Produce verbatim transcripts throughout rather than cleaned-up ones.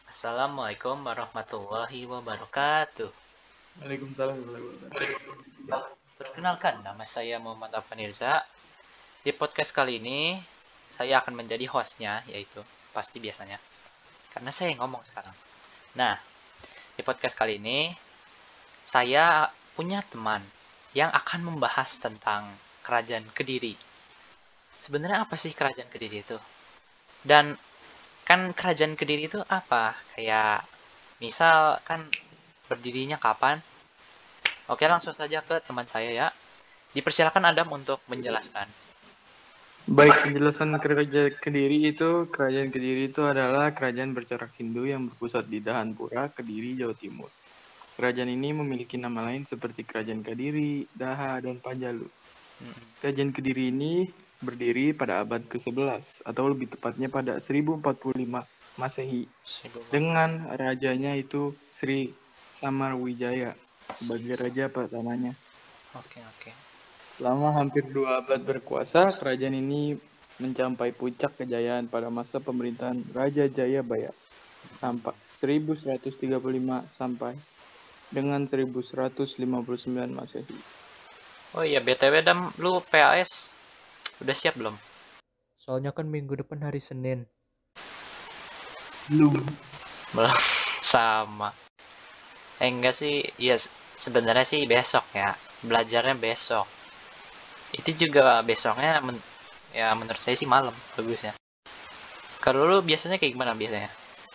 Assalamualaikum warahmatullahi wabarakatuh. Waalaikumsalam warahmatullahi wabarakatuh. Perkenalkan, nama saya Muhammad Afanirza. Di podcast kali ini, saya akan menjadi hostnya, yaitu pasti biasanya. Karena saya yang ngomong sekarang. Nah, di podcast kali ini, saya punya teman yang akan membahas tentang Kerajaan Kediri. Sebenarnya apa sih Kerajaan Kediri itu? Dan kan Kerajaan Kediri itu apa? Kayak misal kan berdirinya kapan? Oke, langsung saja ke teman saya ya. Dipersilakan Adam untuk menjelaskan. Baik, penjelasan kerajaan Kediri itu, kerajaan Kediri itu adalah kerajaan bercorak Hindu yang berpusat di Dahanpura, Kediri, Jawa Timur. Kerajaan ini memiliki nama lain seperti Kerajaan Kediri, Daha, dan Pajalu. Kerajaan Kediri ini berdiri pada abad kesebelas atau lebih tepatnya pada seribu empat puluh lima Masehi dengan rajanya itu Sri Samarwijaya sebagai raja pertamanya. Oke, oke. Selama hampir dua abad berkuasa, kerajaan ini mencapai puncak kejayaan pada masa pemerintahan Raja Jayabaya sampai seribu seratus tiga puluh lima sampai dengan seribu seratus lima puluh sembilan Masehi. Oh iya, B T W Dam, lu P A S udah siap belum? Soalnya kan minggu depan hari Senin. Belum. Belum. Sama. Eh enggak sih, ya sebenarnya sih besok ya. Belajarnya besok. Itu juga besoknya men ya menurut saya sih malam bagusnya. Kalau lu biasanya kayak gimana biasanya?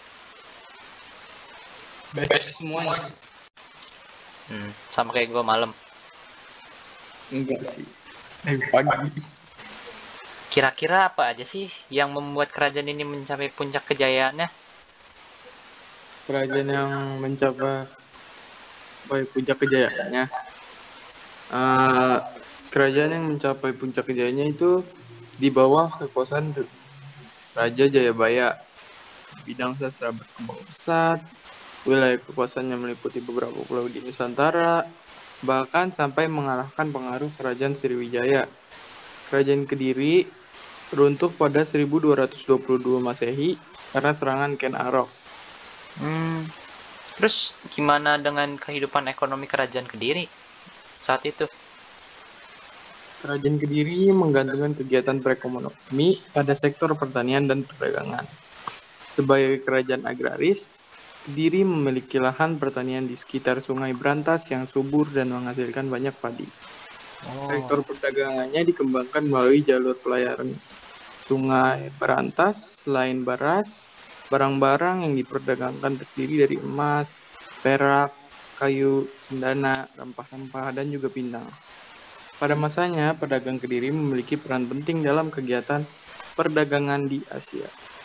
Besok semuanya. Hmm, sama kayak gua malam. Enggak sih. Eh, pagi. Kira-kira apa aja sih yang membuat kerajaan ini mencapai puncak kejayaannya? Kerajaan yang mencapai puncak kejayaannya. Uh, kerajaan yang mencapai puncak kejayaannya itu di bawah kekuasaan Raja Jayabaya. Bidang sastra berkembang pesat, wilayah kekuasaannya meliputi beberapa pulau di Nusantara, bahkan sampai mengalahkan pengaruh Kerajaan Sriwijaya. Kerajaan Kediri runtuh pada seribu dua ratus dua puluh dua Masehi karena serangan Ken Arok. Hmm, terus gimana dengan kehidupan ekonomi Kerajaan Kediri saat itu? Kerajaan Kediri menggantungkan kegiatan perekonomian pada sektor pertanian dan perdagangan. Sebagai kerajaan agraris, Kediri memiliki lahan pertanian di sekitar Sungai Brantas yang subur dan menghasilkan banyak padi. Oh. Sektor perdagangannya dikembangkan melalui jalur pelayaran Sungai Brantas. Selain beras, barang-barang yang diperdagangkan terdiri dari emas, perak, kayu, cendana, rempah-rempah, dan juga pindang. Pada masanya, pedagang Kediri memiliki peran penting dalam kegiatan perdagangan di Asia.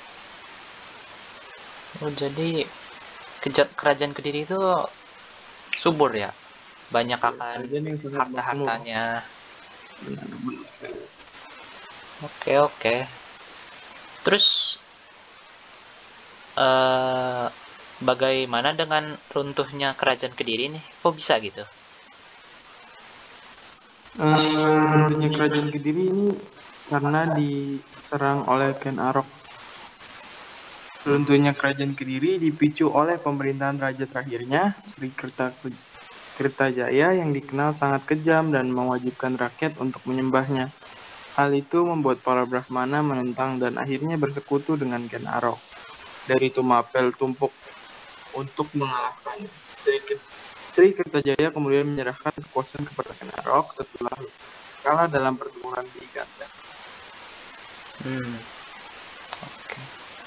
Oh, jadi Kerajaan Kediri itu subur ya? Banyak akan harta-hartanya. Benar-benar sekali. Oke, oke. Terus uh, bagaimana dengan runtuhnya Kerajaan Kediri nih? Kok bisa gitu? Uh, runtuhnya Kerajaan Kediri ini karena diserang oleh Ken Arok. Runtuhnya Kerajaan Kediri dipicu oleh pemerintahan raja terakhirnya, Sri Kertajaya, yang dikenal sangat kejam dan mewajibkan rakyat untuk menyembahnya. Hal itu membuat para Brahmana menentang dan akhirnya bersekutu dengan Ken Arok. Dari Tumapel Tumpuk untuk mengalahkannya. Sri, Sri Kertajaya kemudian menyerahkan kekuasaan kepada Ken Arok setelah kalah dalam pertempuran di Ganda. Hmm. Oke.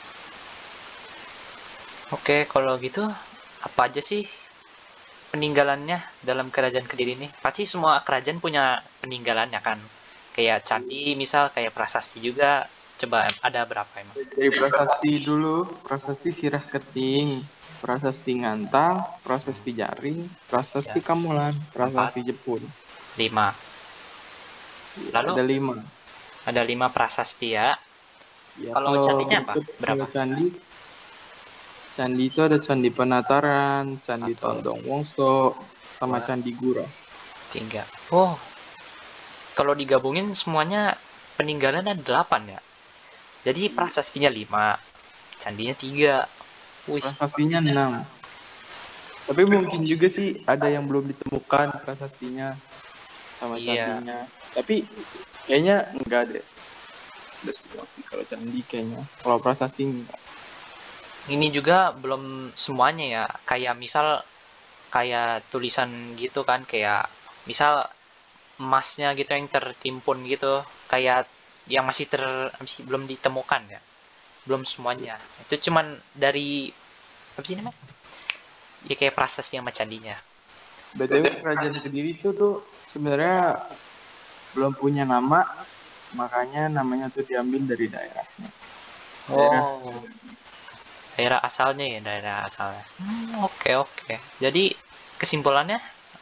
Oke, kalau gitu apa aja sih peninggalannya dalam Kerajaan Kediri ini? Pasti semua kerajaan punya peninggalannya kan? Kayak candi misal, kayak prasasti juga. Coba ada berapa emang? Dari prasasti dulu, prasasti Sirah Keting, prasasti Ngantang, prasasti Jaring, prasasti Kamulan, prasasti Jepun. Lima. Lalu ada lima. Ada lima prasasti ya. Ya, kalau, kalau candinya apa? Berapa? Candi, candi itu ada Candi Penataran, Candi Satu. Tondong Wongso, sama Dua. Candi Gura. Tiga. Oh, kalau digabungin semuanya peninggalan ada delapan ya. Jadi prasastinya lima, candinya tiga. Wih, Prasastinya enam. Tapi mungkin juga sih ada yang belum ditemukan prasastinya sama iya. candinya. Tapi kayaknya enggak deh. Udah semua sih kalau candi kayaknya. Kalau prasasti enggak. Ini juga belum semuanya ya. Kayak misal kayak tulisan gitu kan, kayak misal emasnya gitu yang tertimbun gitu, kayak yang masih ter masih belum ditemukan ya. Belum semuanya. Itu cuman dari apa sih namanya? Ya kayak prasasti yang candinya. B T W kerajaan Kediri itu tuh sebenarnya belum punya nama, makanya namanya tuh diambil dari daerahnya. Daerah Oh, daerah asalnya ya, daerah asalnya. Hmm, oke oke. Jadi kesimpulannya,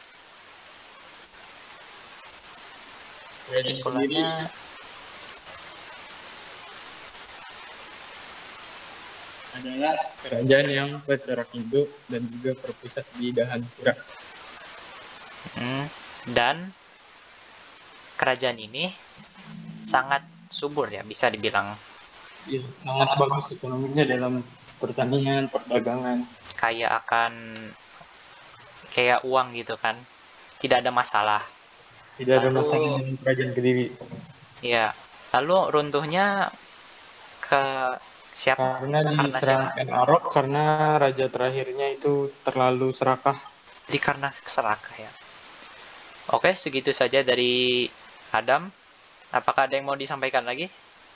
kerajaan Kediri kesimpulannya adalah kerajaan yang bercorak Hindu dan juga berpusat di Dahanpura. hmm, dan kerajaan ini sangat subur ya, bisa dibilang. Iya, sangat bagus ekonominya dalam pertanian, perdagangan. Kayak akan kayak uang gitu kan, tidak ada masalah. Tidak ada Lalu masalah dengan kerajaan Kediri. ya, lalu runtuhnya ke siapa? Karena Karena diserang siapa? Ken Arok, karena raja terakhirnya itu terlalu serakah. Jadi karena serakah ya. Oke, segitu saja dari Adam. Apakah ada yang mau disampaikan lagi?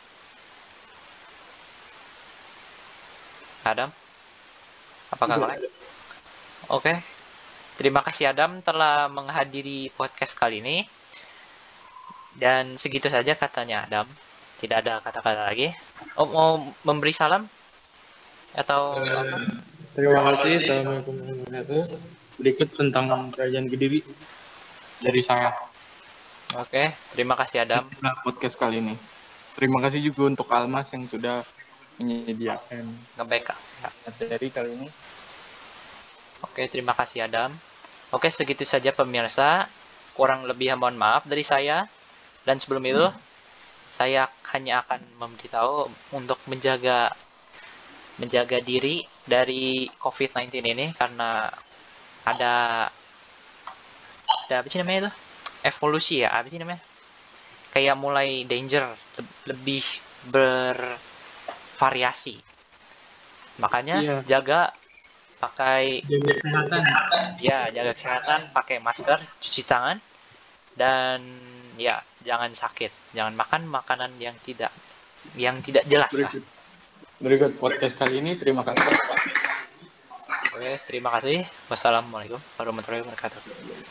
Adam? Apakah Tidak. kalian? Oke. Terima kasih Adam telah menghadiri podcast kali ini. Dan segitu saja katanya Adam. Tidak ada kata-kata lagi. Oh, mau memberi salam? Atau apa? Terima kasih. Assalamualaikum warahmatullahi wabarakatuh. Berikut tentang kerajaan Kediri dari saya. Oke, terima kasih Adam. Itulah podcast kali ini. Terima kasih juga untuk Almas yang sudah menyediakan Nge-backup ya. materi kali ini. Oke, terima kasih Adam. Oke, segitu saja pemirsa. Kurang lebih mohon maaf dari saya. Dan sebelum itu, saya hanya akan memberitahu untuk menjaga menjaga diri dari covid sembilan belas ini, karena ada ada apa sih namanya itu? Evolusi ya, apa sih namanya? Kayak mulai danger, lebih bervariasi. Makanya Iya. jaga, pakai Jaga kesehatan. ya jaga kesehatan, pakai masker, cuci tangan, dan ya jangan sakit, jangan makan makanan yang tidak yang tidak jelas lah. Berikut. Berikut podcast kali ini. Terima kasih. Oke, terima kasih. Wassalamualaikum warahmatullahi wabarakatuh.